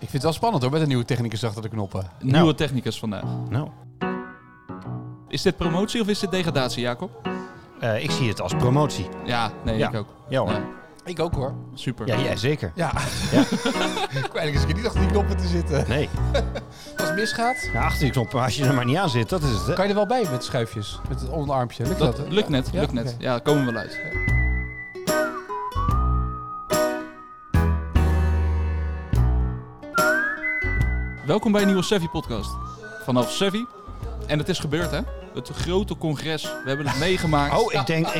Ik vind het wel spannend hoor, met een nieuwe technicus achter de knoppen. Nieuwe technicus vandaag. Nou, Is dit promotie of is dit degradatie, Jacob? ik zie het als promotie. Ja, nee, Ja. ik ook. Ja hoor. Ja, Ik ook hoor. super. Ja, jij zeker. Ja. Ik weet eens niet achter die knoppen te zitten. Nee. Als het misgaat, Ja, achter die knop, als je er maar niet aan zit, dat is het. Hè? kan je er wel bij met schuifjes. Met het onderarmpje. Lukt Dat dat? lukt net, Ja? lukt net. Oké. Ja, komen we wel uit. Welkom bij een nieuwe Sevi-podcast. Vanaf Sevi. En het is gebeurd, hè? Het grote congres. We hebben het meegemaakt. Oh,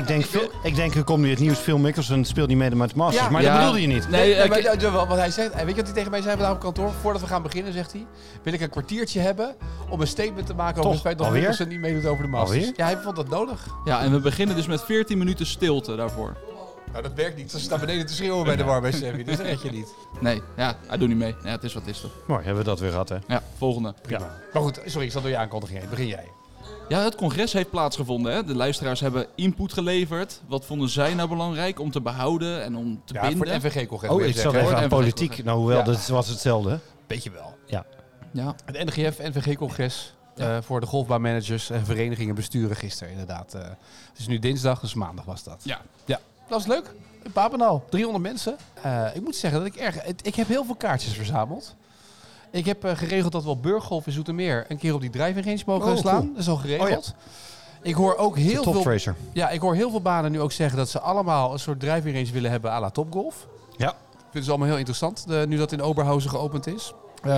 ik denk er komt nu het nieuws. Phil Mickelson speelt niet mee met het Masters. Ja. Maar dat bedoelde je niet. Nee, maar wat hij zegt, weet je wat hij tegen mij zei vandaag op kantoor? Voordat we gaan beginnen, zegt hij, wil ik een kwartiertje hebben om een statement te maken over Toch? het feit dat Alweer? Mickelson niet meedoet over de Masters. Alweer? Ja, hij vond dat nodig. ja, en we beginnen dus met 14 minuten stilte daarvoor. Nou, dat werkt niet. Ze staan beneden te schreeuwen bij de war bij Sevi, dus dat red je niet. Nee, ja, hij doet niet mee. Ja, het is wat het is toch. Mooi, hebben we dat weer gehad, hè? Ja, volgende. Prima. Maar goed, sorry, ik zat door je aankondiging heen. Begin jij. Ja, het congres heeft plaatsgevonden. Hè? De luisteraars hebben input geleverd. Wat vonden zij nou belangrijk om te behouden en om te Ja, binden? voor het NVG-congres. Oh, wil je ik zat zeggen, even hè? aan hoor. politiek. Nou, hoewel, Ja. dat was hetzelfde. Hè? Beetje wel. Ja. Ja, Het NVG-congres voor de golfbaanmanagers en verenigingen besturen gisteren inderdaad. Het is nu dinsdag, dus maandag was dat. ja. Ja, dat was leuk. In Papendal, 300 mensen. Ik moet zeggen dat ik heb heel veel kaartjes verzameld. Ik heb geregeld dat we op Burggolf in Zoetermeer een keer op die driving range mogen Oh, slaan. cool. Dat is al geregeld. Ik hoor ook heel Top veel. Tracer. Ja, ik hoor heel veel banen nu ook zeggen dat ze allemaal een soort driving range willen hebben à la Topgolf. Ja. Vinden ze allemaal heel interessant, nu dat in Oberhausen geopend is.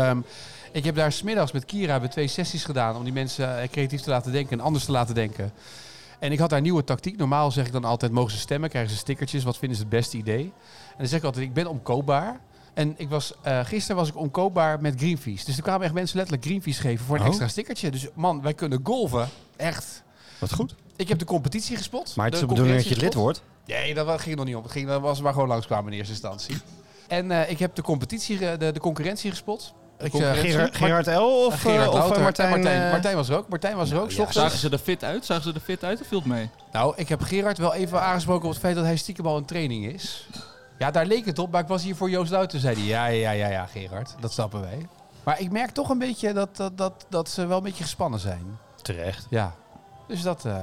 Ik heb daar 's middags met Kira hebben 2 sessies gedaan om die mensen creatief te laten denken en anders te laten denken. En ik had daar een nieuwe tactiek. Normaal zeg ik dan altijd, mogen ze stemmen, krijgen ze stickertjes, wat vinden ze het beste idee. En dan zeg ik altijd, ik ben omkoopbaar. En gisteren was ik omkoopbaar met greenfees. Dus er kwamen echt mensen letterlijk greenfees geven voor een Oh. extra stickertje. Dus man, wij kunnen golven. Echt. Wat goed. Ik heb de competitie gespot. Maar het is de bedoeling dat je lid wordt. Nee, dat ging er nog niet om. Dat was maar gewoon langskwamen in eerste instantie. En ik heb de competitie, de concurrentie gespot. Gerard L. of Louter Martijn? en Martijn was er ook. Martijn was er ook. 's ochtends. Zagen ze er fit uit? Zagen ze er fit uit of viel het mee? Nou, ik heb Gerard wel even aangesproken op het feit dat hij stiekem al in training is. Ja, daar leek het op. Maar ik was hier voor Joost Luiten, zei hij. Ja, Gerard. Dat snappen wij. Maar ik merk toch een beetje dat ze wel een beetje gespannen zijn. Terecht. Ja. Dus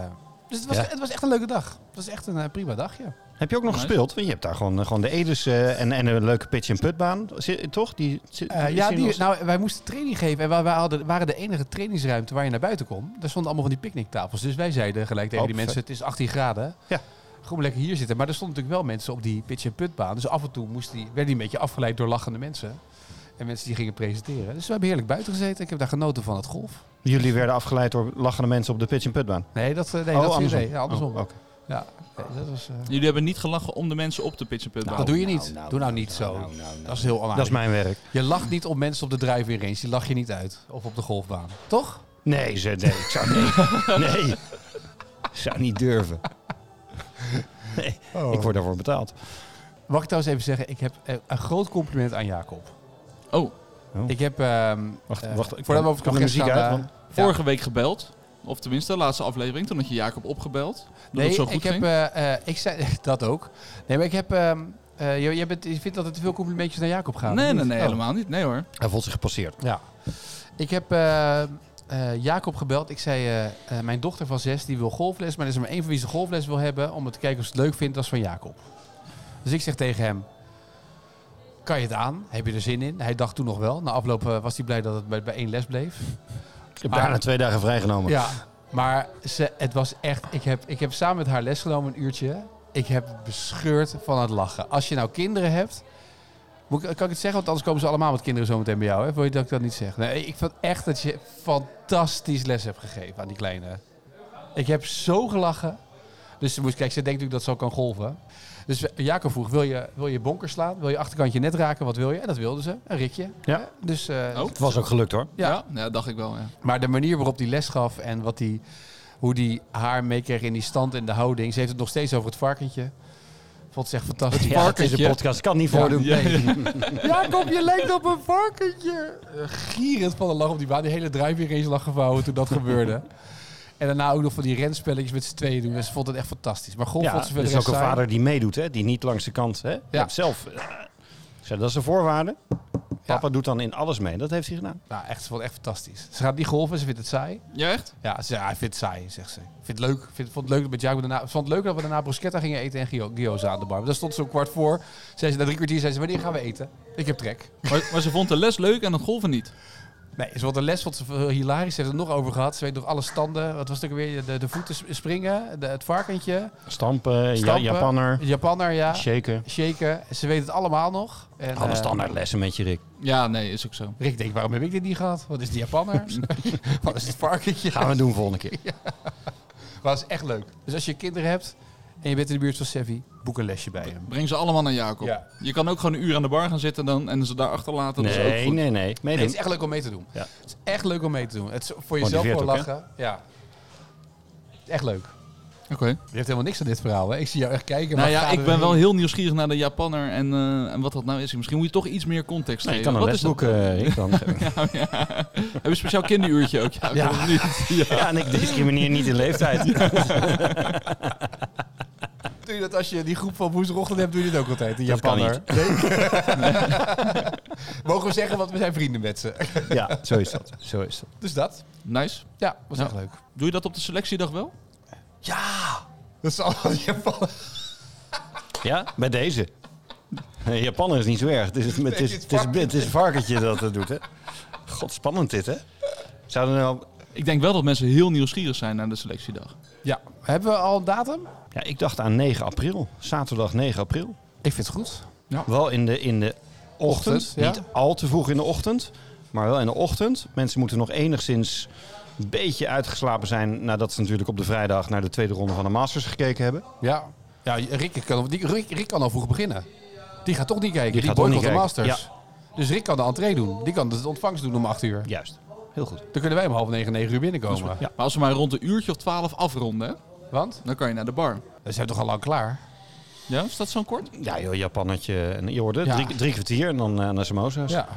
het was echt een leuke dag. Het was echt een prima dag, ja. Heb je ook nog Nice. gespeeld? Want je hebt daar gewoon de Edus en een leuke pitch-and-putbaan. Toch? Wij moesten training geven. En waren de enige trainingsruimte waar je naar buiten kon. Daar stonden allemaal van die picknicktafels. Dus wij zeiden gelijk tegen die mensen, het is 18 graden. Ja. Gewoon lekker hier zitten. Maar er stonden natuurlijk wel mensen op die pitch-and-putbaan. Dus af en toe werden die een beetje afgeleid door lachende mensen. En mensen die gingen presenteren. Dus we hebben heerlijk buiten gezeten. Ik heb daar genoten van het golf. Jullie werden afgeleid door lachende mensen op de pitch-and-putbaan. Nee, dat andersom. Nee, andersom. Oh, oké. Ja, nee, dat was... Jullie hebben niet gelachen om de mensen op de pitch-and-putbaan. dat doe je niet. Doe nou niet zo. Dat is heel onaardig. Dat is mijn werk. Je lacht niet op mensen op de drive-in range. Die lach je niet uit. Of op de golfbaan. Toch? Nee, ik zou nee. Ik zou niet durven. Nee, ik word daarvoor betaald. Mag ik trouwens even zeggen, ik heb een groot compliment aan Jacob. Oh, Ik heb, Wacht, voordat we over het kan de congres muziek gaan... uit? Want vorige week gebeld. Of tenminste, de laatste aflevering. Toen had je Jacob opgebeld. Dat het zo goed ik ging. heb, ik zei dat ook. Nee, maar ik heb, je vindt dat er te veel complimentjes naar Jacob gaan? Nee, Oh. helemaal niet. Nee hoor. hij voelt zich gepasseerd. Ja. Ik heb Jacob gebeld. Ik zei, mijn dochter van 6 die wil golfles, maar er is er maar één van wie ze golfles wil hebben om te kijken of ze het leuk vindt, dat is van Jacob. Dus ik zeg tegen hem, kan je het aan? Heb je er zin in? Hij dacht toen nog wel. Na afloop was hij blij dat het bij 1 les bleef. Ik heb daarna 2 dagen vrijgenomen. Ja, maar het was echt... Ik heb samen met haar les genomen een uurtje. Ik heb het bescheurd van het lachen. Als je nou kinderen hebt... Kan ik het zeggen? Want anders komen ze allemaal met kinderen zometeen bij jou. Hè? Wil je dat ik dat niet zeg? Nee, ik vond echt dat je fantastisch les hebt gegeven aan die kleine. Ik heb zo gelachen. Dus ze denkt natuurlijk dat ze al kan golven. Dus Jacob vroeg, wil je bonker slaan? Wil je achterkantje net raken? Wat wil je? En dat wilden ze. Een ritje. Ja. Dus, Het was ook gelukt hoor. Ja, dacht ik wel. Ja. maar de manier waarop hij les gaf en hoe die haar meekreeg in die stand en de houding. Ze heeft het nog steeds over het varkentje. Vond ze echt fantastisch. Ja, het is een podcast. Ik kan het niet voordoen. Ja. Jacob, je lijkt op een varkentje. Gierend van de lach op die baan. Die hele driving range lag gevouwen toen dat gebeurde. En daarna ook nog van die renspelletjes met z'n tweeën doen. Ze vond het echt fantastisch. Maar golf vond ze Er verder is ook echt een saai. vader die meedoet, hè? Die niet langs de kant. Hè? Je hebt zelf. Dat is een voorwaarde. Papa doet dan in alles mee. Dat heeft hij gedaan. Nou, echt, ze vond het echt fantastisch. Ze gaat niet golven, ze vindt het saai. Ja, echt? Ja, hij vindt het saai, zegt ze. Ik vind het leuk. Vond het leuk met jou. Vond het leuk dat we daarna bruschetta gingen eten en gyoza aan de bar. Daar stond ze om 15:15. Zei ze, na 3 kwartier zei ze, wanneer gaan we eten? Ik heb trek. Maar ze vond de les leuk en het golven niet. Nee, ze vond de les vond ze hilarisch. Ze heeft het nog over gehad. Ze weet nog alle standen. Wat was het ook weer? De voeten springen, het varkentje. Stampen. Japanner, ja. Shaken. Shaken. Ze weet het allemaal nog. En, Alle standaardlessen met je, Rick. Ja, nee, is ook zo. Rick denkt, waarom heb ik dit niet gehad? Wat is die Japanner? Wat is het varkentje? Gaan we doen volgende keer. Maar het is echt leuk. Dus als je kinderen hebt en je bent in de buurt van Sevi, boek een lesje bij hem. Breng ze allemaal naar Jacob. Ja. Je kan ook gewoon een uur aan de bar gaan zitten dan, en ze daar achterlaten. Dat is ook goed. Nee. Nee, het Meedoen. is echt leuk om mee te doen. Ja. Het is echt leuk om mee te doen. Het is voor jezelf Motiveert voor ook, lachen. Ja. Het is echt leuk. Oké. Je heeft helemaal niks aan dit verhaal. Hè? Ik zie jou echt kijken. Nou maar ja, ga ik er ben heen. wel heel nieuwsgierig naar de Japanner en wat dat nou is. Misschien moet je toch iets meer context Nee, je geven. kan een Wat is dat? lesboek, Rick. Dan. Heb je een speciaal kinderuurtje ook? Ja. Ja. Of niet? Ja. Ja, en ik discrimineer niet in leeftijd. Doe je dat als je die groep van woensdagochtend hebt, doe je dit ook altijd, de Dat kan Japanner? Nee? Mogen we zeggen, want we zijn vrienden met ze. Ja, zo is dat. Zo is dat. Dus dat. Nice. Ja, was Ja. echt leuk. Doe je dat op de selectiedag wel? Ja! Dat is allemaal Japan. Ja, bij deze. Japaner is niet zo erg. Het is een varkentje dat het doet, hè? God, spannend dit, hè? Zouden we nou... Ik denk wel dat mensen heel nieuwsgierig zijn naar de selectiedag. Ja. Hebben we al een datum? Ja, ik dacht aan 9 april. Zaterdag 9 april. Ik vind het goed. Wel in de ochtend. Ochtend, ja. Niet al te vroeg in de ochtend, maar wel in de ochtend. Mensen moeten nog enigszins een beetje uitgeslapen zijn nadat ze natuurlijk op de vrijdag naar de tweede ronde van de Masters gekeken hebben. Ja. Ja, Rick kan al vroeg beginnen. Die gaat toch niet kijken. Die gaat toch boycott niet de kijken. Masters. Dus Rick kan de entree doen. Die kan de ontvangst doen om 8:00. Juist. Heel goed. Dan kunnen wij om 8:30, 9:00 binnenkomen. Ja. Maar als we maar rond een uurtje of 12 afronden, hè, Want? dan kan je naar de bar. Ze zijn toch al lang klaar? Ja, is dat zo kort? Ja, joh, Japannetje. En je hoorde Ja. 3 kwartier en dan naar Samosa's. Ja.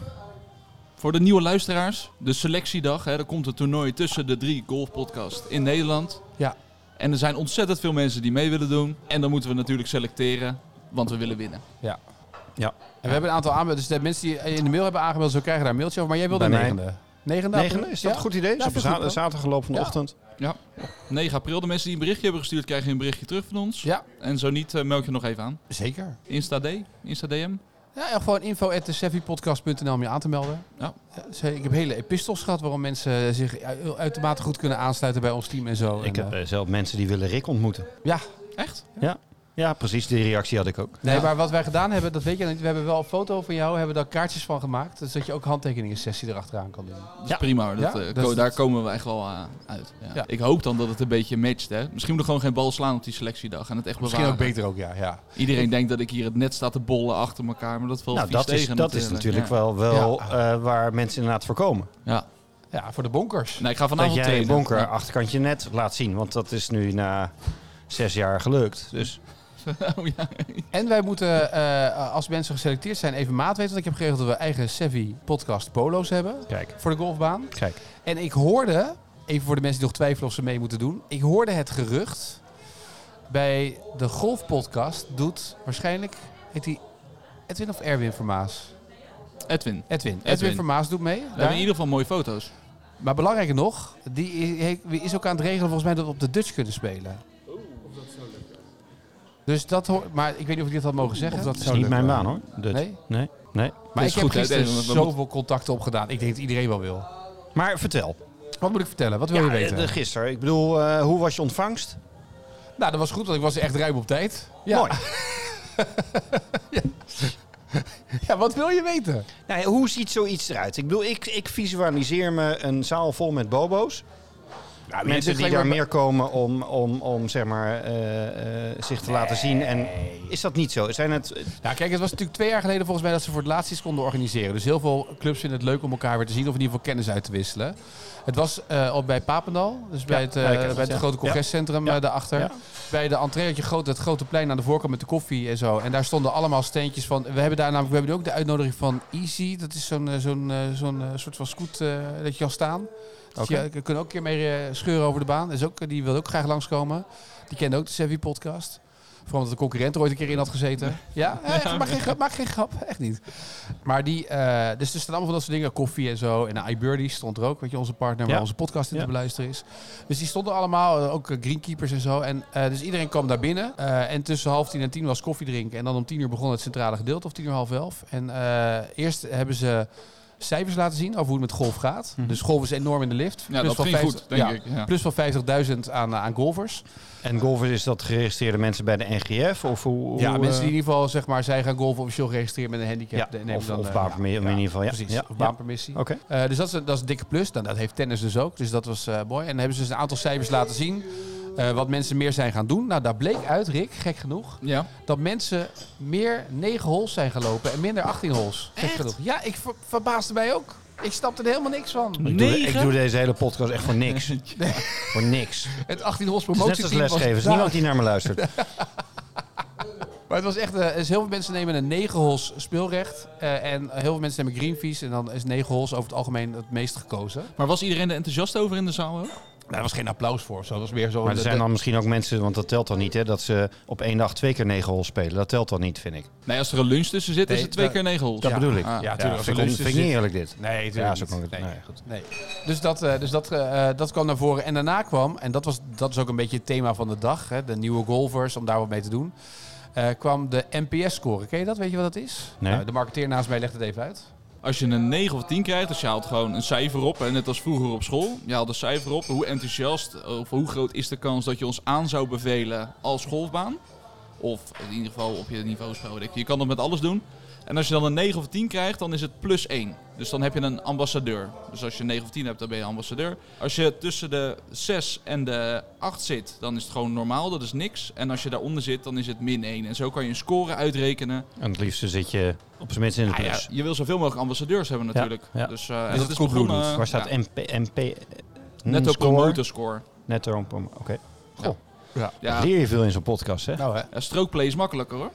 Voor de nieuwe luisteraars, de selectiedag, hè, er komt een toernooi tussen de 3 golfpodcasts in Nederland. Ja. En er zijn ontzettend veel mensen die mee willen doen. En dan moeten we natuurlijk selecteren, want we willen winnen. Ja. Ja. En we hebben een aantal aanmeldingen. Dus de mensen die in de mail hebben aangemeld, zo krijgen daar een mailtje over. Maar jij wil de Bij mij. 9e. 9e? 9, is dat een goed idee? Ja, Op vind ik goed, hoor. zaterdagloop van de Ja. ochtend. Ja. 9 april, de mensen die een berichtje hebben gestuurd, krijgen een berichtje terug van ons. Ja, En zo niet, meld je nog even aan. zeker. Insta DM. Ja, gewoon info@sevipodcast.nl om je aan te melden. Ja. Ik heb hele epistels gehad waarom mensen zich uitermate goed kunnen aansluiten bij ons team en zo. Ik En, heb zelf mensen die willen Rick ontmoeten. ja, Echt? Ja, precies. Die reactie had ik ook. nee, Ja. maar wat wij gedaan hebben, dat weet je niet. We hebben wel een foto van jou, hebben daar kaartjes van gemaakt. Dus dat je ook handtekeningen-sessie erachteraan kan doen. Dat is Ja. prima hoor. Ja? Dat is- Daar komen we echt wel uit. Ja. Ja. Ik hoop dan dat het een beetje matcht. Hè. Misschien moet er gewoon geen bal slaan op die selectiedag. En het echt Misschien ook bewaren. beter ook, ja. Iedereen denkt dat ik hier het net sta te bollen achter elkaar. Maar dat valt Nou, vies dat tegen is natuurlijk Ja. wel waar mensen inderdaad voor komen. Ja. Ja, voor de bonkers. Nee, ik ga Dat vanavond jij trainen. bonker Ja. achterkantje net laat zien. Want dat is nu na 6 jaar gelukt. Dus Oh, ja. En wij moeten, als mensen geselecteerd zijn, even maat weten. Want ik heb geregeld dat we eigen Sevi podcast polo's hebben kijk, voor de golfbaan. kijk. En ik hoorde, even voor de mensen die nog twijfelen of ze mee moeten doen. Ik hoorde het gerucht, bij de golfpodcast doet waarschijnlijk, heet hij Edwin of Erwin Vermaas? Edwin. Edwin Vermaas doet mee. We daar. hebben in ieder geval mooie foto's. Maar belangrijker nog, die is ook aan het regelen volgens mij dat we op de Dutch kunnen spelen. Dus dat maar ik weet niet of ik dit had mogen zeggen. Of dat Dat is zou niet mijn lukken. baan hoor. Dutch. Nee? Nee. Maar Dat ik is heb goed, hè? gisteren We zoveel contacten opgedaan. Ik denk dat iedereen wel wil. Maar vertel. Wat moet ik vertellen? Wat wil je weten? Gisteren. Ik bedoel, hoe was je ontvangst? Nou, dat was goed, want ik was echt ruim op tijd. Ja. Mooi. Ja, wat wil je weten? Nou ja, hoe ziet zoiets eruit? Ik bedoel, ik visualiseer me een zaal vol met bobo's. Nou, Mensen die daar meer komen om zeg maar, zich te laten zien. En is dat niet zo? Zijn het... Nou, kijk, het was natuurlijk 2 jaar geleden volgens mij dat ze voor het laatst iets konden organiseren. Dus heel veel clubs vinden het leuk om elkaar weer te zien of in ieder geval kennis uit te wisselen. Het was op bij Papendal, dus bij het grote congrescentrum daarachter. Ja. Bij de entree had je het grote plein aan de voorkant met de koffie en zo. En daar stonden allemaal steentjes van. We hebben ook de uitnodiging van Easy. Dat is zo'n soort van scoot dat je kan staan. Dus Oké. je kunt ook een keer mee scheuren over de baan. Die wil ook graag langskomen. Die kende ook de Sevi podcast. Vooral omdat de concurrent er ooit een keer in had gezeten. Ja, maak geen grap. Echt niet. Maar dus er staan allemaal van dat soort dingen. Koffie en zo. En iBirdie stond er ook. Weet je, onze partner waar onze podcast in te beluisteren is. Dus die stonden allemaal. Ook greenkeepers en zo. En dus iedereen kwam daar binnen. En tussen 9:30 en 10 was koffie drinken. En dan om 10 begon het centrale gedeelte. Of 10:30. En eerst hebben ze cijfers laten zien over hoe het met golf gaat. Dus golf is enorm in de lift. Ja, dat ging goed, denk ik. Ja. Plus van 50.000 aan golfers. En golfers, is dat geregistreerde mensen bij de NGF? Of mensen die in ieder geval, zeg maar, zij gaan golfen officieel geregistreerd met een handicap. Of baanpermissie in ieder geval. Ja. Precies, Ja. of baanpermissie. Oké. Dus dat is een dikke plus. Nou, dat heeft tennis dus ook. Dus dat was mooi. En dan hebben ze dus een aantal cijfers laten zien. Wat mensen meer zijn gaan doen. Nou, daar bleek uit, Rick, gek genoeg, dat mensen meer 9 holes zijn gelopen en minder 18 holes. Gek genoeg. Ja, ik verbaasde mij ook. Ik snapte er helemaal niks van. Ik doe deze hele podcast echt voor niks. Voor niks. Het 18 holes Het is promotieteam net als lesgeven. Er is niemand die naar me luistert. Maar het was echt... Dus heel veel mensen nemen een 9 holes speelrecht. En heel veel mensen nemen green fees. En dan is 9 holes over het algemeen het meest gekozen. Maar was iedereen er enthousiast over in de zaal ook? Daar was geen applaus voor. Zo. Dat was meer zo. Maar er zijn dan misschien ook mensen, want dat telt dan niet, hè, dat ze op 1 dag 2 keer 9 holes spelen. Dat telt dan niet, vind ik. Nee, als er een lunch tussen zit, is het 2 keer 9 holes. Dat bedoel ik. Ja, Vind ik niet eerlijk dit. Nee, Ja, zo kan het. nee. Nee, goed. Nee. Dus dat kwam naar voren. En daarna kwam, en dat is ook een beetje het thema van de dag, hè, de nieuwe golfers, om daar wat mee te doen, kwam de NPS-score. Ken je dat? Weet je wat dat is? Nee. Nou, de marketeer naast mij legt het even uit. Als je een 9 of 10 krijgt, dus je haalt gewoon een cijfer op. En net als vroeger op school. Je haalt een cijfer op. Hoe enthousiast of hoe groot is de kans dat je ons aan zou bevelen als golfbaan? Of in ieder geval op je niveau spelen. Je kan dat met alles doen. En als je dan een 9 of 10 krijgt, dan is het plus 1. Dus dan heb je een ambassadeur. Dus als je een 9 of 10 hebt, dan ben je ambassadeur. Als je tussen de 6 en de 8 zit, dan is het gewoon normaal. Dat is niks. En als je daaronder zit, dan is het min 1. En zo kan je een score uitrekenen. En het liefst zit je op zijn minst in de plus. Je wil zoveel mogelijk ambassadeurs hebben natuurlijk. Ja. Dus dat is begonnen. Waar staat MP? Netto score? promoter score. Netto promoter, oké. Goh, Ja. leer je veel in zo'n podcast, hè? Nou, hè. Ja, strokeplay is makkelijker hoor.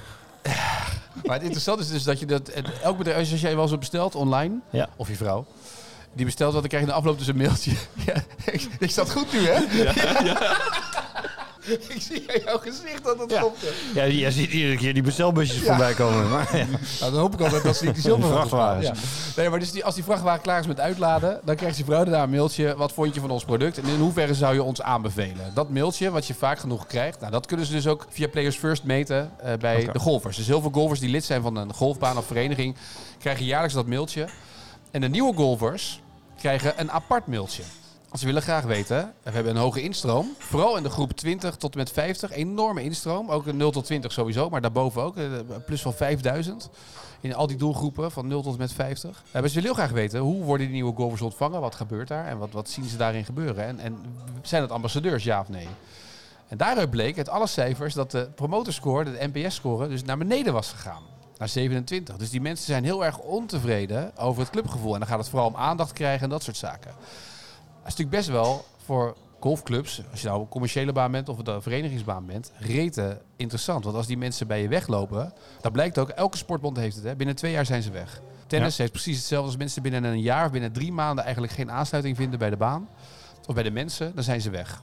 Maar het interessante is dus dat je elk bedrijf, als jij wel eens bestelt online, of je vrouw, die bestelt wat, dan krijg je in de afloop dus een mailtje. Ja, ik zat goed nu, hè? Ja. Ik zie aan jouw gezicht dat het komt. Ja, je ziet iedere keer die bestelbusjes voorbij komen. Maar, Nou, dan hoop ik altijd dat ze niet die vrachtwagens. Ja. Nee, maar dus als die vrachtwagen klaar is met uitladen, dan krijgt die vrouw daarna een mailtje. Wat vond je van ons product? En in hoeverre zou je ons aanbevelen? Dat mailtje, wat je vaak genoeg krijgt, nou, dat kunnen ze dus ook via Players First meten bij de golfers. Dus heel veel golfers die lid zijn van een golfbaan of vereniging, krijgen jaarlijks dat mailtje. En de nieuwe golfers krijgen een apart mailtje. Ze willen graag weten, we hebben een hoge instroom. Vooral in de groep 20 tot en met 50. Enorme instroom. Ook een 0 tot 20 sowieso, maar daarboven ook. Plus van 5000. In al die doelgroepen van 0 tot en met 50. Maar ze willen heel graag weten, hoe worden die nieuwe golfers ontvangen? Wat gebeurt daar? En wat zien ze daarin gebeuren? En zijn dat ambassadeurs, ja of nee? En daaruit bleek uit alle cijfers dat de promoterscore, de NPS-score, dus naar beneden was gegaan. Naar 27. Dus die mensen zijn heel erg ontevreden over het clubgevoel. En dan gaat het vooral om aandacht krijgen en dat soort zaken. Dat is natuurlijk best wel voor golfclubs, als je nou een commerciële baan bent of een verenigingsbaan bent, rete interessant. Want als die mensen bij je weglopen, dat blijkt ook, elke sportbond heeft het. Hè? Binnen 2 jaar zijn ze weg. Tennis heeft precies hetzelfde. Als mensen binnen een jaar of binnen 3 maanden eigenlijk geen aansluiting vinden bij de baan of bij de mensen, dan zijn ze weg.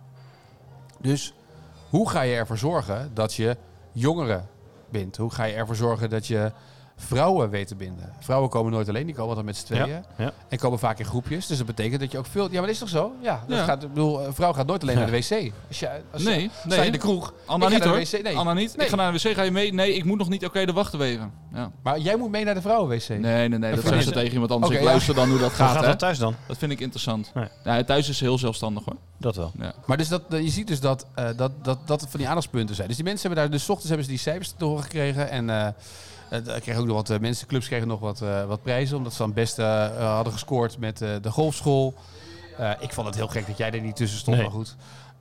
Dus hoe ga je ervoor zorgen dat je jongeren bindt? Hoe ga je ervoor zorgen dat je vrouwen weet te binden? Vrouwen komen nooit alleen, die komen altijd met z'n tweeën. Ja. En komen vaak in groepjes. Dus dat betekent dat je ook veel... Ja, maar dat is toch zo? Ja. Dat Ja. gaat, ik bedoel, een vrouw gaat nooit alleen naar de wc. Nee. Sta je in de kroeg. Anna ik ga niet naar hoor. de wc. Nee. Anna niet. Nee. Ik ga naar de wc, ga je mee? Nee, ik moet nog niet. Oké, dan wachten we even. Ja. Maar jij moet mee naar de vrouwen-wc. Nee. Dat voor zeggen ze deze- tegen iemand anders. Oké, Ik luister dan hoe dat Hoe gaat. gaat Hè? dat thuis dan? Dat vind ik interessant. Nee. Ja, thuis is ze heel zelfstandig hoor. Dat wel. Ja. Maar dus je ziet dus dat het van die aandachtspunten zijn. Dus die mensen hebben daar... Dus 's ochtends hebben ze die cijfers te horen gekregen. En kregen ook nog wat mensen, clubs kregen nog wat prijzen. Omdat ze dan best hadden gescoord met de golfschool. Ik vond het heel gek dat jij er niet tussen stond, Nee. maar goed.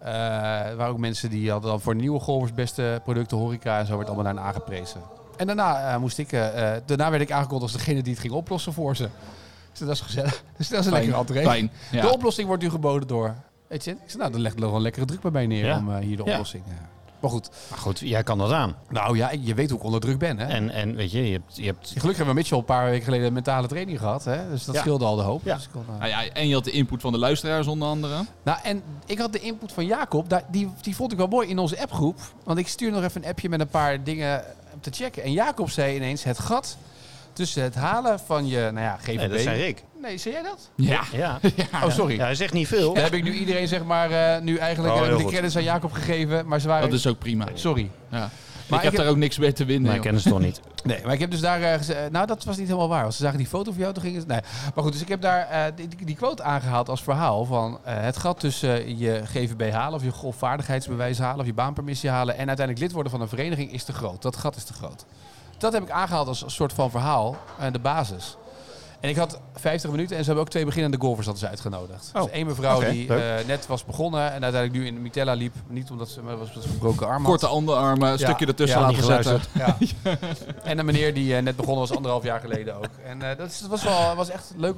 Er waren ook mensen die hadden dan voor nieuwe golfers beste producten, horeca en zo werd allemaal daarna aangeprezen. En daarna werd ik aangekondigd als degene die het ging oplossen voor ze. Dus dat is gezellig. Dus dat is een lekkere entree. Fijn. Ja. De oplossing wordt nu geboden door Etienne. Ik zei, nou, dan leg er nog een lekkere druk bij mij neer Ja. om hier de Ja. oplossing. Maar goed. Maar goed, jij kan dat aan. Nou ja, je weet hoe ik onder druk ben, hè? En weet je hebt... Gelukkig hebben we Mitchell een paar weken geleden een mentale training gehad, hè? Dus dat scheelde al de hoop. Ja. Dus ik kon, Nou ja, en je had de input van de luisteraars onder andere. Nou, en ik had de input van Jacob, die vond ik wel mooi in onze appgroep. Want ik stuur nog even een appje met een paar dingen te checken. En Jacob zei ineens, het gat tussen het halen van je, GVB... Nee, dat zei Rick. Nee, zei jij dat? Ja. Oh, sorry. Ja, hij zegt niet veel. Dan heb ik nu iedereen, zeg maar, nu eigenlijk heel de goed. credits aan Jacob gegeven. Maar ze waren... Dat is ook prima. Sorry. Ja. Maar Ik heb daar ook niks mee te winnen. Maar ik joh. ken het toch niet. Nee, maar ik heb dus daar gezegd... Nou, dat was niet helemaal waar. Want ze zagen die foto van jou, toen gingen ze... Nee. Maar goed, dus ik heb daar die quote aangehaald als verhaal van... het gat tussen je GVB halen of je golfvaardigheidsbewijs halen... of je baanpermissie halen en uiteindelijk lid worden van een vereniging is te groot. Dat gat is te groot. Dat heb ik aangehaald als een soort van verhaal, de basis. En ik had 50 minuten en ze hebben ook 2 beginnende golfers hadden ze uitgenodigd. Oh, Dus één mevrouw oké, die net was begonnen en uiteindelijk nu in de Mitella liep. Niet omdat ze was een gebroken arm had. Korte onderarmen, een stukje ertussen ja, laten niet zetten. geluisterd. Ja. En een meneer die net begonnen was 1,5 jaar geleden ook. En dat was echt leuk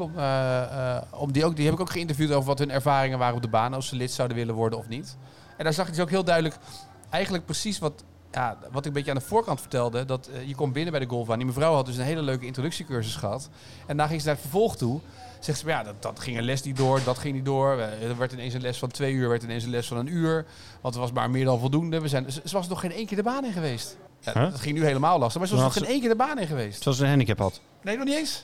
om die heb ik ook geïnterviewd over wat hun ervaringen waren op de baan. Of ze lid zouden willen worden of niet. En daar zag ik dus ook heel duidelijk eigenlijk precies wat ik een beetje aan de voorkant vertelde. Dat je komt binnen bij de golfbaan. Die mevrouw had dus een hele leuke introductiecursus gehad. En daarna ging ze naar het vervolg toe. Zegt ze, dat ging een les niet door, dat ging niet door. Er werd ineens een les van 2 uur, werd ineens een les van 1 uur. Want het was maar meer dan voldoende. Ze was nog geen 1 keer de baan in geweest. Ja, dat ging nu helemaal lastig, maar ze was nog geen 1 keer de baan in geweest. Zoals ze een handicap had. Nee, nog niet eens.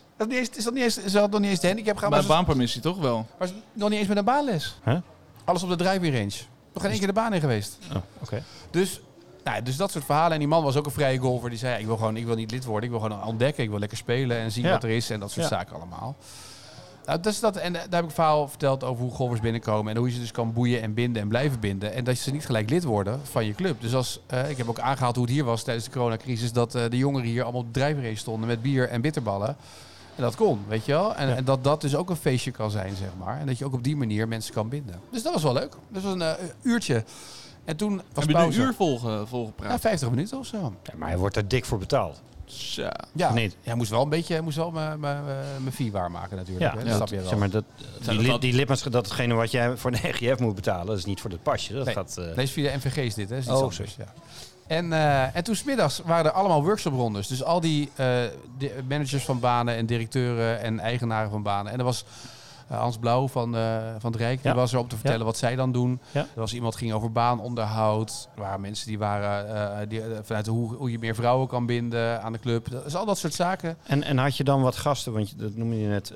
Ze had nog niet eens de handicap gehad. Bij Maar baanpermissie toch wel? maar ze nog niet eens met een baanles. Huh? Alles op de driving range. Nog geen 1 keer de baan in geweest. Oh, oké. Dus dat soort verhalen. En die man was ook een vrije golfer. Die zei, ik wil niet lid worden. Ik wil gewoon ontdekken. Ik wil lekker spelen en zien wat er is. En dat soort zaken allemaal. Dus dat, en daar heb ik een verhaal verteld over hoe golfers binnenkomen. En hoe je ze dus kan boeien en binden en blijven binden. En dat ze niet gelijk lid worden van je club. Dus ik heb ook aangehaald hoe het hier was tijdens de coronacrisis. Dat de jongeren hier allemaal op de driving range stonden met bier en bitterballen. En dat kon, weet je wel. En dat dus ook een feestje kan zijn, zeg maar. En dat je ook op die manier mensen kan binden. Dus dat was wel leuk. Dat was een uurtje. En toen was Heb je pauze. een uur volgepraat? Ja, 50 minuten of zo. Ja, maar hij wordt er dik voor betaald. Tja. Ja, Of niet? hij moest wel een beetje mijn fee waarmaken natuurlijk. Ja, hè? Dat snap je wel. zeg maar, die lidmaatschap, datgene wat jij voor de EGF moet betalen, dat is niet voor het pasje. Dat Nee. gaat... Nee, is via de MVG is dit, hè? Is iets Oh, anders, ja. En toen 's middags waren er allemaal workshoprondes. Dus al die managers van banen en directeuren en eigenaren van banen. En er was Hans Blauw van het Rijk. Die was er om te vertellen wat zij dan doen. Ja. Er was iemand die ging over baanonderhoud. Er waren mensen die waren vanuit hoe je meer vrouwen kan binden aan de club. Dat is al dat soort zaken. En had je dan wat gasten, want dat noemde je net,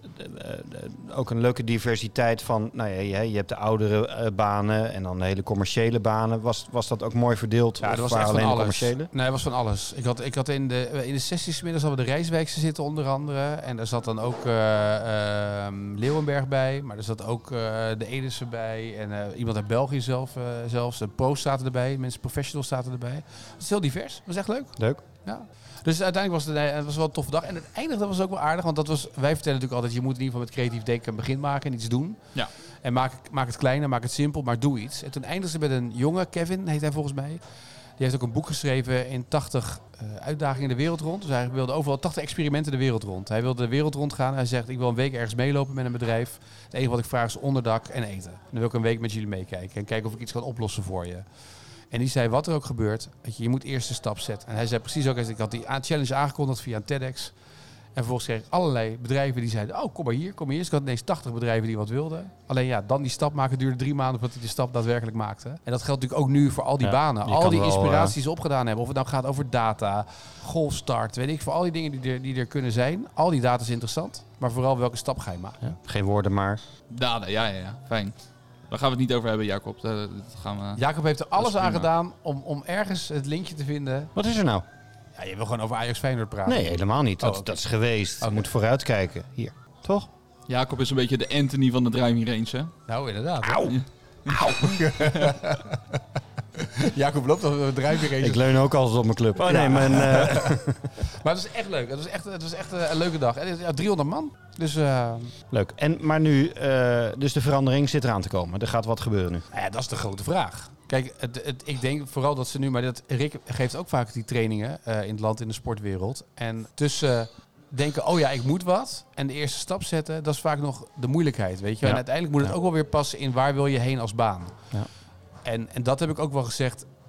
ook een leuke diversiteit van, nou ja, je hebt de oudere banen en dan de hele commerciële banen. Was dat ook mooi verdeeld? Ja, Of dat was waren echt alleen van de alles. commerciële? Nee, het was van alles. Ik had in de sessies middags hadden we de Rijswijkse zitten onder andere. En daar zat dan ook Leeuwenberg bij. Maar er zat ook de Edese bij. En iemand uit België zelfs. De pro's zaten erbij. Mensen, professionals zaten erbij. Het is heel divers. Dat was echt leuk. Leuk. Ja. Dus uiteindelijk was het wel een toffe dag. En het eindigde was ook wel aardig. Want wij vertellen natuurlijk altijd, je moet in ieder geval met creatief denken een begin maken en iets doen. Ja. En maak het kleiner, maak het simpel, maar doe iets. En toen eindigde ze met een jongen, Kevin heet hij volgens mij. Die heeft ook een boek geschreven in 80 uitdagingen de wereld rond. Dus hij wilde overal 80 experimenten de wereld rond. Hij wilde de wereld rond gaan. Hij zegt, ik wil een week ergens meelopen met een bedrijf. Het enige wat ik vraag is onderdak en eten. En dan wil ik een week met jullie meekijken. En kijken of ik iets kan oplossen voor je. En die zei, wat er ook gebeurt, je moet eerst de stap zetten. En hij zei precies ook, ik had die challenge aangekondigd via een TEDx. En vervolgens kreeg ik allerlei bedrijven die zeiden, oh, kom maar hier. Dus ik had ineens 80 bedrijven die wat wilden. Alleen ja, dan die stap maken duurde 3 maanden voordat hij de stap daadwerkelijk maakte. En dat geldt natuurlijk ook nu voor al die banen. Al die inspiraties die ze opgedaan hebben. Of het nou gaat over data, golfstart, weet ik. Voor al die dingen die er kunnen zijn. Al die data is interessant. Maar vooral welke stap ga je maken. Ja, geen woorden maar. Ja. Fijn. Daar gaan we het niet over hebben, Jacob. Dat gaan we... Jacob heeft er alles prima. aan gedaan om ergens het linkje te vinden. Wat is er nou? Ja, je wil gewoon over Ajax Feyenoord praten. Nee, helemaal niet. Oh, oké. Dat is geweest. Je Oké. moet vooruitkijken. Hier. Toch? Jacob is een beetje de Anthony van de driving range, hè? Nou, inderdaad. Auw. Jacob loopt al een driving range. Ik leun ook altijd op mijn club. Oh Ja. nee, mijn... Maar het was echt leuk. Het was echt een leuke dag. En 300 man. Dus Leuk. Maar nu, dus de verandering zit eraan te komen. Er gaat wat gebeuren nu. ja, dat is de grote vraag. Kijk, ik denk vooral dat ze nu... Maar Rick geeft ook vaak die trainingen in het land, in de sportwereld. En tussen denken, oh ja, ik moet wat. En de eerste stap zetten, dat is vaak nog de moeilijkheid, weet je. Ja. En uiteindelijk moet het ook wel weer passen in waar wil je heen als baan. Ja. En dat heb ik ook wel gezegd.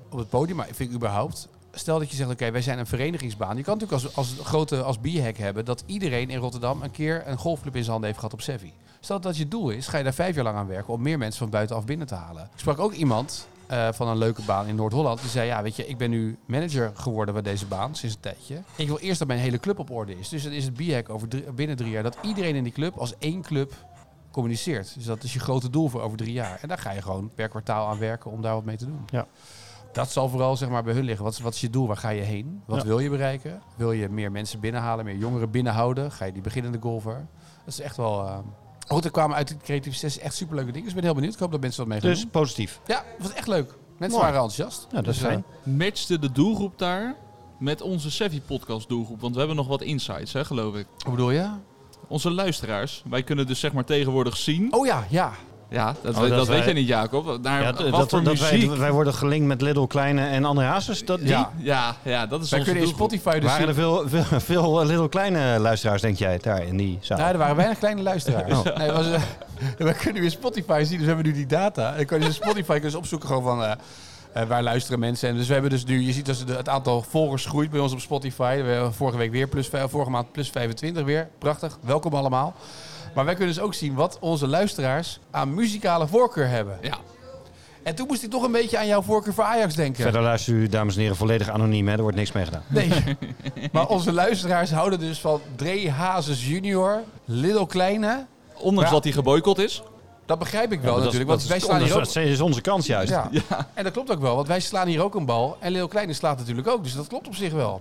op het podium, maar ik vind überhaupt... Stel dat je zegt, oké, wij zijn een verenigingsbaan. Je kan natuurlijk als bierhek hebben dat iedereen in Rotterdam een keer een golfclub in zijn handen heeft gehad op Sevi. Stel dat je doel is, ga je daar 5 jaar lang aan werken om meer mensen van buitenaf binnen te halen. Ik sprak ook iemand van een leuke baan in Noord-Holland. Die zei, ja, weet je, ik ben nu manager geworden bij deze baan sinds een tijdje. Ik wil eerst dat mijn hele club op orde is. Dus dan is het bierhek binnen 3 jaar dat iedereen in die club als één club communiceert. Dus dat is je grote doel voor over 3 jaar. En daar ga je gewoon per kwartaal aan werken om daar wat mee te doen. Ja. Dat zal vooral zeg maar, bij hun liggen. Wat is je doel? Waar ga je heen? Wat wil je bereiken? Wil je meer mensen binnenhalen, meer jongeren binnenhouden? Ga je die beginnende golfer? Dat is echt wel... Goed, er kwamen uit de creatieve sessie echt superleuke dingen. Dus ik ben heel benieuwd. Ik hoop dat mensen wat mee gaan Dus doen. positief. Ja, het was echt leuk. Mensen Mooi. waren enthousiast. Ja, dat is fijn. Matchte de doelgroep daar met onze Sevi podcast doelgroep? Want we hebben nog wat insights, hè, geloof ik. Hoe bedoel je? Onze luisteraars, wij kunnen dus zeg maar tegenwoordig zien. Oh ja, ja. Ja, dat dat weet wij- jij niet, Jacob. Naar Ja, wat voor muziek. wij worden gelinkt met Lidl Kleine en André Hazes. Dat, die? Ja. Dat is Wij onze kunnen in doelgroep. Spotify dus Waren zien... er veel Lidl Kleine luisteraars, denk jij, daar in die zaal? Nou, er waren weinig kleine luisteraars. Oh. Nee, wij kunnen weer Spotify zien, dus we hebben nu die data. En dan kan je dus Spotify dus opzoeken gewoon van... waar luisteren mensen? En dus we hebben dus nu, je ziet dat het aantal volgers groeit bij ons op Spotify. We hebben vorige week weer vorige maand plus 25 weer. Prachtig. Welkom allemaal. Maar wij kunnen dus ook zien wat onze luisteraars aan muzikale voorkeur hebben. Ja. En toen moest ik toch een beetje aan jouw voorkeur voor Ajax denken. Verder luisteren u, dames en heren, volledig anoniem. Hè? Er wordt niks mee gedaan. Nee. Maar onze luisteraars houden dus van Dre Hazes junior, Lidl Kleine. Ondanks Ja. dat hij geboycott is. Dat begrijp ik wel Ja, natuurlijk. Want wij slaan hier ook... dat is onze kans juist. Ja. En dat klopt ook wel, want wij slaan hier ook een bal. En Leo Kleine slaat natuurlijk ook, dus dat klopt op zich wel.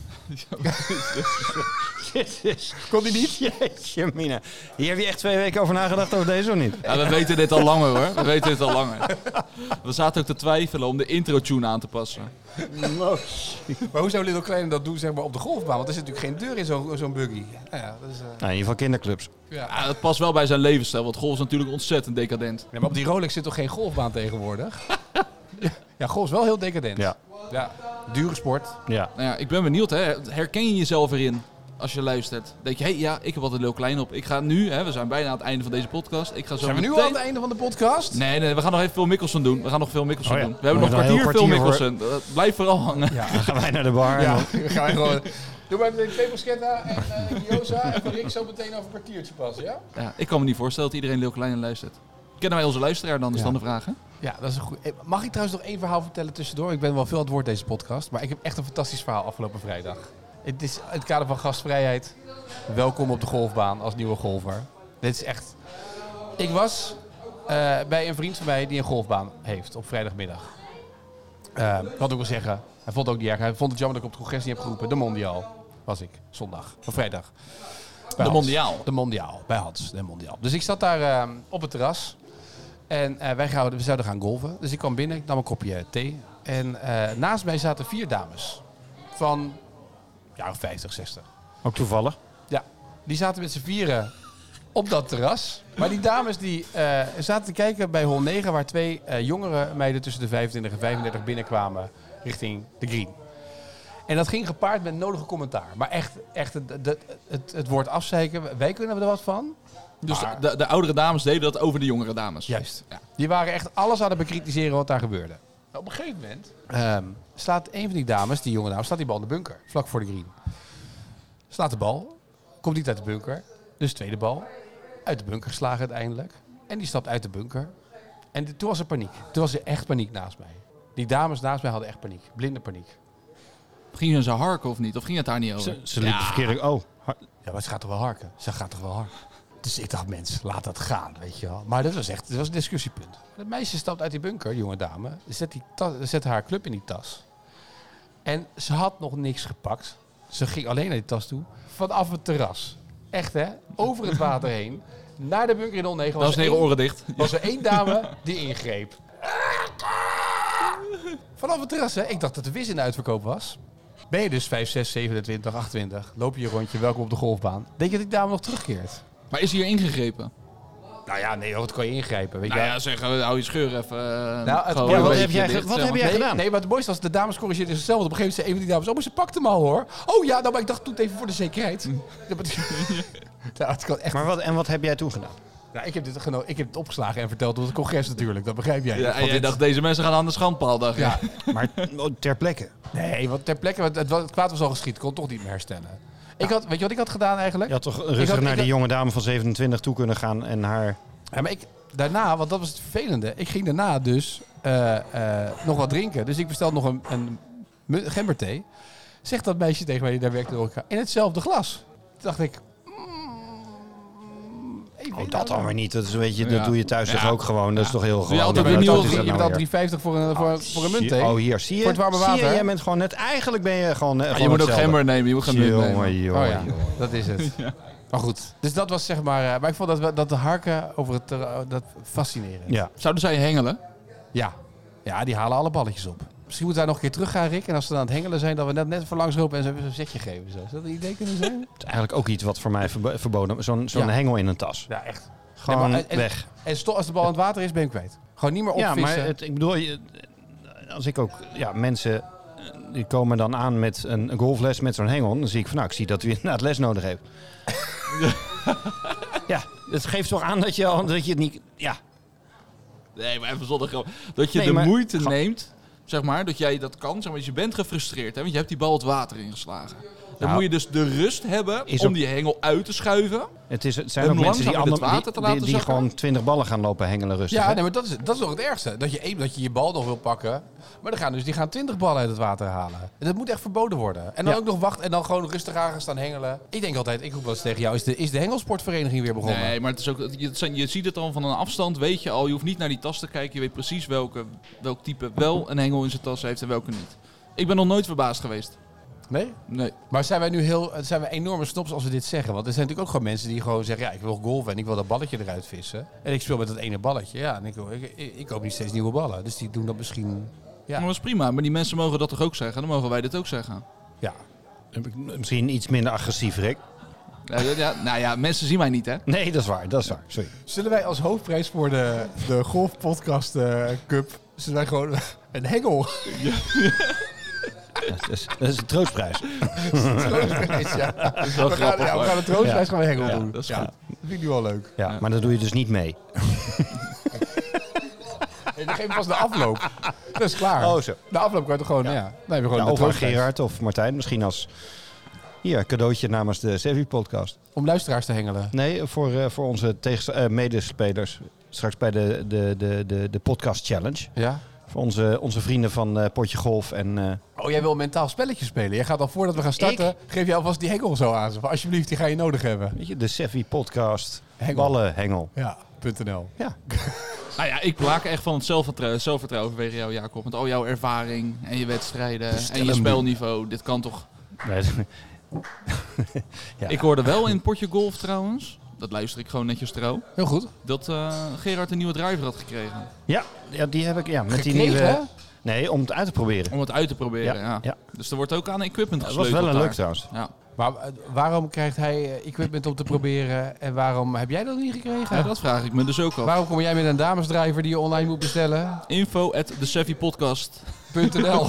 Kon die niet? Jeetje, mina. Hier heb je echt 2 weken over nagedacht over deze of niet? Ja, we weten dit al langer hoor. We weten dit al langer. We zaten ook te twijfelen om de intro-tune aan te passen. Maar hoe zou Leo Kleine dat doen zeg maar, op de golfbaan? Want er zit natuurlijk geen deur in zo'n buggy. Ja, dat is, Nou, in ieder geval kinderclubs. Ja, dat past wel bij zijn levensstijl, want golf is natuurlijk ontzettend decadent. Ja, maar op die Rolex zit toch geen golfbaan tegenwoordig? Ja, golf is wel heel decadent. Ja, dure sport. Ja. Nou ja, ik ben benieuwd, hè. Herken je jezelf erin als je luistert? Denk je, ja, ik heb wat een Leo Klein op. Ik ga nu, hè, we zijn bijna aan het einde van deze podcast. Ik ga zo Zijn we nu meteen- al aan het einde van de podcast? Nee, we gaan nog even Phil Mickelson doen. We gaan nog Phil Mickelson Oh ja. doen. We hebben nog Maar een dan kwartier heel Phil kwartier Mickelson. Blijf vooral hangen. Ja. Dan gaan wij naar de bar. Ja, En dan gaan wij gewoon... Doe maar meteen 2 Moschetta en Gioza en van Rick zo meteen over een kwartiertje pas, ja? Ja, ik kan me niet voorstellen dat iedereen Leo Klein luistert. Kennen wij onze luisteraar dan, is Ja. dan de vraag, hè? Ja, dat is een goed... Mag ik trouwens nog 1 verhaal vertellen tussendoor? Ik ben wel veel aan het woord deze podcast, maar ik heb echt een fantastisch verhaal afgelopen vrijdag. Het is in het kader van gastvrijheid. Welkom op de golfbaan als nieuwe golfer. Dit is echt... Ik was bij een vriend van mij die een golfbaan heeft op vrijdagmiddag. Ik had ook wel zeggen, hij vond het ook niet erg. Hij vond het jammer dat ik op het congres niet heb geroepen. De Mondiaal was ik, zondag, of vrijdag. Bij De Hans. Mondiaal? De Mondiaal, bij Hans, de Mondiaal. Dus ik zat daar op het terras. En we zouden gaan golven. Dus ik kwam binnen, ik nam een kopje thee. En naast mij zaten 4 dames. Van ja, 50, 60. ook toevallig. Ja, die zaten met z'n 4 op dat terras. Maar die dames die zaten te kijken bij hole 9... waar 2 jongere meiden tussen de 25 en 35 binnenkwamen richting de green. En dat ging gepaard met nodige commentaar. Maar echt het woord afzeiken, wij kunnen er wat van. Dus Maar- de oudere dames deden dat over de jongere dames. Juist. Ja. Die waren echt alles aan het bekritiseren wat daar gebeurde. Op een gegeven moment slaat een van die dames, die jonge dames, slaat die bal in de bunker. Vlak voor de green. Slaat de bal. Komt niet uit de bunker. Dus tweede bal. Uit de bunker geslagen uiteindelijk. En die stapt uit de bunker. En toen was er paniek. Toen was er echt paniek naast mij. Die dames naast mij hadden echt paniek. Blinde paniek. Gingen ze harken of niet? Of ging het daar niet over? Ze liep de verkeerde... Oh, Ja, maar ze gaat toch wel harken? Ze gaat toch wel harken? Dus ik dacht, mens, laat dat gaan, weet je wel. Maar dat was een discussiepunt. Het meisje stapt uit die bunker, die jonge dame. Zet haar club in die tas. En ze had nog niks gepakt. Ze ging alleen naar die tas toe. Vanaf het terras. Echt, hè? Over het water heen. Naar de bunker in hole 9. Dames en heren, oren dicht. Was er 1 dame die ingreep. Vanaf het terras, hè? Ik dacht dat de wis in de uitverkoop was. Ben je dus 5, 6, 27, 28. Loop je rondje, welkom op de golfbaan. Denk je dat die dame nog terugkeert? Maar is hier ingegrepen? Nou ja, nee, wat kan je ingrijpen? Weet je Nou wel? ja, zeg, hou je scheur even. het- gewoon ja, een wat beetje heb jij dicht, wat zeg heb maar. jij nee, gedaan? Nee, maar het mooiste was, de dames corrigeerden zichzelf. Want op een gegeven moment zei een van die dames, oh, maar ze pakt hem al hoor. Oh ja, nou, maar ik dacht, doe het even voor de zekerheid. Ja, maar het kan echt... maar wat heb jij toen gedaan? Ja, ik heb het opgeslagen en verteld op het congres natuurlijk. Dat begrijp jij. Ja, en jij dacht, deze mensen gaan aan de schandpaal, dacht je. Ja. Maar ter plekke. Nee, want ter plekke, het kwaad was al geschied. Ik kon het toch niet meer herstellen. Weet je wat ik had gedaan eigenlijk? Je had toch rustig naar die jonge dame van 27 toe kunnen gaan en haar... Ja, maar daarna, want dat was het vervelende. Ik ging daarna dus nog wat drinken. Dus ik bestelde nog een gemberthee. Zegt dat meisje tegen mij, die daar werkte ook in hetzelfde glas. Toen dacht ik... dat dan weer niet. Dat is een beetje, dat doe je thuis toch ook gewoon. Dat is toch heel gewoon. Ja, altijd Maar weer wat nieuwe- is dat Je nou betaalt weer? $3,50 voor een muntthee. Oh, hier, zie je? Voor het warme Zie je, water. jij bent gewoon net... Eigenlijk ben je gewoon... Ja, je gewoon moet ook hetzelfde. gember nemen, je moet geen munt nemen. Jongen. Oh ja, dat is het. Maar goed, dus dat was zeg maar... maar ik vond dat de harken over het... dat fascinerend. Ja. Zouden zij hengelen? Ja, die halen alle balletjes op. Misschien moeten wij nog een keer terug gaan, Rick. En als ze aan het hengelen zijn, dat we net voor langs lopen en ze een zetje geven. Zo. Zou dat een idee kunnen zijn? Het is eigenlijk ook iets wat voor mij verboden... Zo'n Ja. hengel in een tas. Ja, echt. Gewoon Nee, maar- weg. En als de bal in het water is, ben je hem kwijt. Gewoon niet meer Ja, opvissen. maar ik bedoel... Als ik ook... Ja, mensen... Die komen dan aan met een golfles met zo'n hengel. Dan zie ik van, ik zie dat u inderdaad les nodig heeft. Ja, het geeft toch aan dat je het niet... Ja, Nee, maar even zonder grap. Dat je Nee, de maar- moeite neemt, zeg maar, dat jij dat kan. Zeg maar, dus je bent gefrustreerd, hè, want je hebt die bal het water ingeslagen. Dan Nou, moet je dus de rust hebben is om ook- die hengel uit te schuiven. het zijn Hem ook mensen die, langzaam in het water te laten die zakken? gewoon 20 ballen gaan lopen hengelen rustig. Ja, hè? nee, maar dat is nog het ergste. Dat je je bal nog wil pakken. Maar die gaan 20 ballen uit het water halen. En dat moet echt verboden worden. En dan Ja. ook nog wachten en dan gewoon rustig aan gaan staan hengelen. Ik denk altijd, ik roep wel eens tegen jou, is de hengelsportvereniging weer begonnen? Nee, maar het is ook, je ziet het al van een afstand, weet je al. Je hoeft niet naar die tas te kijken. Je weet precies welk type wel een hengel in zijn tas heeft en welke niet. Ik ben nog nooit verbaasd geweest. Nee? Nee. Maar zijn we enorme snops als we dit zeggen? Want er zijn natuurlijk ook gewoon mensen die gewoon zeggen... ja, ik wil golven en ik wil dat balletje eruit vissen. En ik speel met dat ene balletje. Ja, en ik koop niet steeds nieuwe ballen. Dus die doen dat misschien... Ja. Maar dat is prima. Maar die mensen mogen dat toch ook zeggen? Dan mogen wij dit ook zeggen. Ja. Misschien iets minder agressief, Rick. Nou ja, mensen zien mij niet, hè? Nee, dat is waar. Sorry. Zullen wij als hoofdprijs voor de Golfpodcast Cup... zullen wij gewoon een hengel... Dat is een troostprijs. troostprijs, ja. Dat is wel grappig. We hoor. gaan een troostprijs Ja. gaan we hengel Ja, doen. dat is Ja, goed. dat vind ik nu wel leuk. Ja, maar dat doe je dus niet mee. En dan geef je pas de afloop. Dat is klaar. Oh, zo. De afloop kan je toch gewoon... Ja. Dan heb je gewoon Ja, de of aan troostprijs. Gerard of Martijn. Misschien als... Hier, cadeautje namens de Sevi-podcast. Om luisteraars te hengelen. Nee, voor onze medespelers. Straks bij de podcast challenge. Ja? Voor onze vrienden van Potje Golf en... Oh, jij wil mentaal spelletje spelen. Jij gaat al voordat we gaan starten, geef je alvast die hengel zo aan. Zo van, alsjeblieft, die ga je nodig hebben. Weet je, de Sevi-podcast. Hengel. Ballenhengel. Ja, .nl. Ja. Nou ja, ik plaak echt van het zelfvertrouwen vanwege jou, Jacob. Met al jouw ervaring en je wedstrijden en je hem spelniveau. Dit kan toch... Nee, ja. Ik hoorde wel in Potje Golf trouwens, dat luister ik gewoon netjes trouw, Heel goed. dat Gerard een nieuwe driver had gekregen. Ja, die heb ik met die Gekregen, nieuwe... Nee, om het uit te proberen. Om het uit te proberen, ja. Ja. Dus er wordt ook aan equipment Dat was gesleuteld wel een daar. leuk trouwens. Ja. Maar waarom krijgt hij equipment om te proberen en waarom heb jij dat niet gekregen? Ja, dat vraag ik me dus ook af. Waarom kom jij met een damesdriver die je online moet bestellen? info@thesevipodcast.nl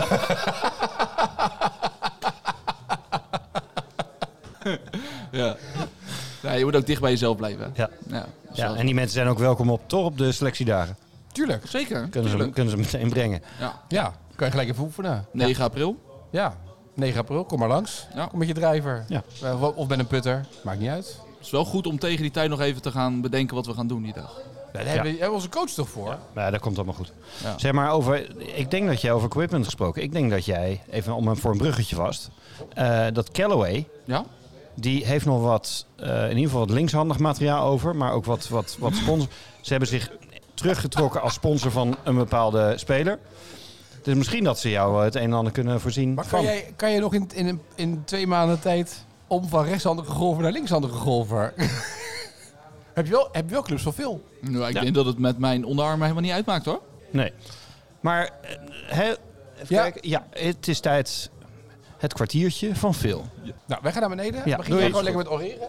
Ja. Ja, je moet ook dicht bij jezelf blijven. Ja. Ja, dat is Ja, wel en die mensen zijn ook welkom op de selectiedagen. Tuurlijk. zo. Zeker. Kunnen ze meteen brengen. Ja. Ja, kan je gelijk even oefenen. 9 april. Ja, 9 april, kom maar langs. Ja. Kom met je driver. Ja. Of met een putter, maakt niet uit. Het is wel goed om tegen die tijd nog even te gaan bedenken wat we gaan doen die dag. Daar hebben we onze coach toch voor? Ja, dat komt allemaal goed. Ja. Zeg maar ik denk dat jij over equipment gesproken. Ik denk dat jij, even om voor een bruggetje vast, dat Callaway, Ja? die heeft nog wat, in ieder geval wat linkshandig materiaal over, maar ook wat sponsor. Ze hebben zich teruggetrokken als sponsor van een bepaalde speler. Dus misschien dat ze jou het een en ander kunnen voorzien Maar van. kan je nog in 2 maanden tijd om van rechtshandige golfer naar linkshandige golfer? heb je wel clubs van veel? Nou, ik Ja. denk dat het met mijn onderarm helemaal niet uitmaakt hoor. Nee. Maar even kijken. Ja, het is tijd. Het kwartiertje van Phil. Nou, wij gaan naar beneden. Ja, Begin doei. jij gewoon lekker met oreren.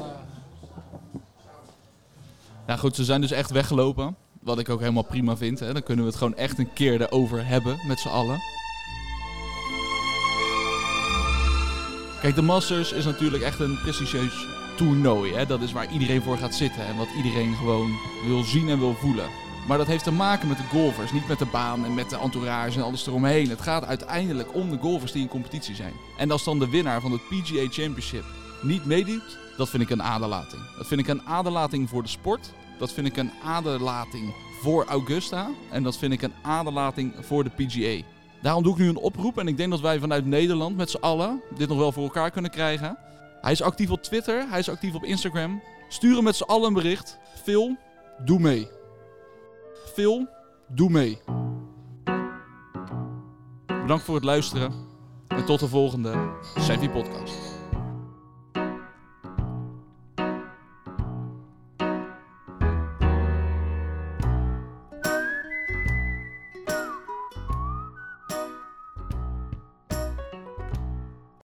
Ja goed, ze zijn dus echt weggelopen. Wat ik ook helemaal prima vind. Hè. Dan kunnen we het gewoon echt een keer erover hebben met z'n allen. Kijk, de Masters is natuurlijk echt een prestigieus toernooi. Hè? Dat is waar iedereen voor gaat zitten en wat iedereen gewoon wil zien en wil voelen. Maar dat heeft te maken met de golfers, niet met de baan en met de entourage en alles eromheen. Het gaat uiteindelijk om de golfers die in competitie zijn. En als dan de winnaar van het PGA Championship niet meedoet, dat vind ik een aderlating. Dat vind ik een aderlating voor de sport. Dat vind ik een aderlating voor Augusta. En dat vind ik een aderlating voor de PGA. Daarom doe ik nu een oproep en ik denk dat wij vanuit Nederland met z'n allen dit nog wel voor elkaar kunnen krijgen. Hij is actief op Twitter, hij is actief op Instagram. Stuur hem met z'n allen een bericht. Phil, doe mee. Phil, doe mee. Bedankt voor het luisteren en tot de volgende Seifi Podcast.